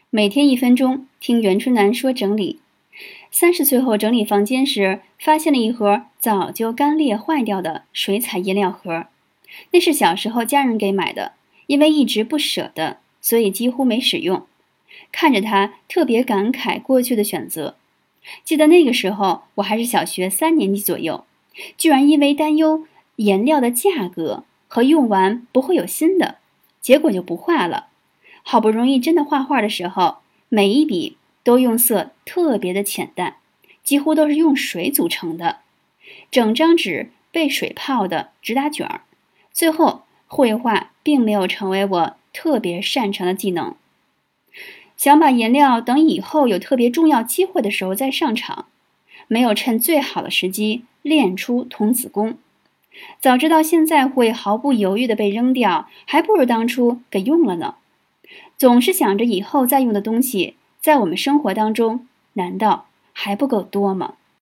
每天1分钟，听袁春楠说整理。30岁后整理房间时，发现了一盒早就干裂坏掉的水彩颜料盒。那是小时候家人给买的，因为一直不舍得，所以几乎没使用。看着它，特别感慨过去的选择。记得那个时候，我还是小学3年级左右，居然因为担忧颜料的价格和用完不会有新的，结果就不画了。好不容易真的画画的时候，每一笔都用色特别的浅淡，几乎都是用水组成的，整张纸被水泡的直打卷儿。最后，绘画并没有成为我特别擅长的技能。想把颜料等以后有特别重要机会的时候再上场，没有趁最好的时机练出童子功。早知道现在会毫不犹豫地被扔掉，还不如当初给用了呢。总是想着以后再用的东西，在我们生活当中，难道还不够多吗？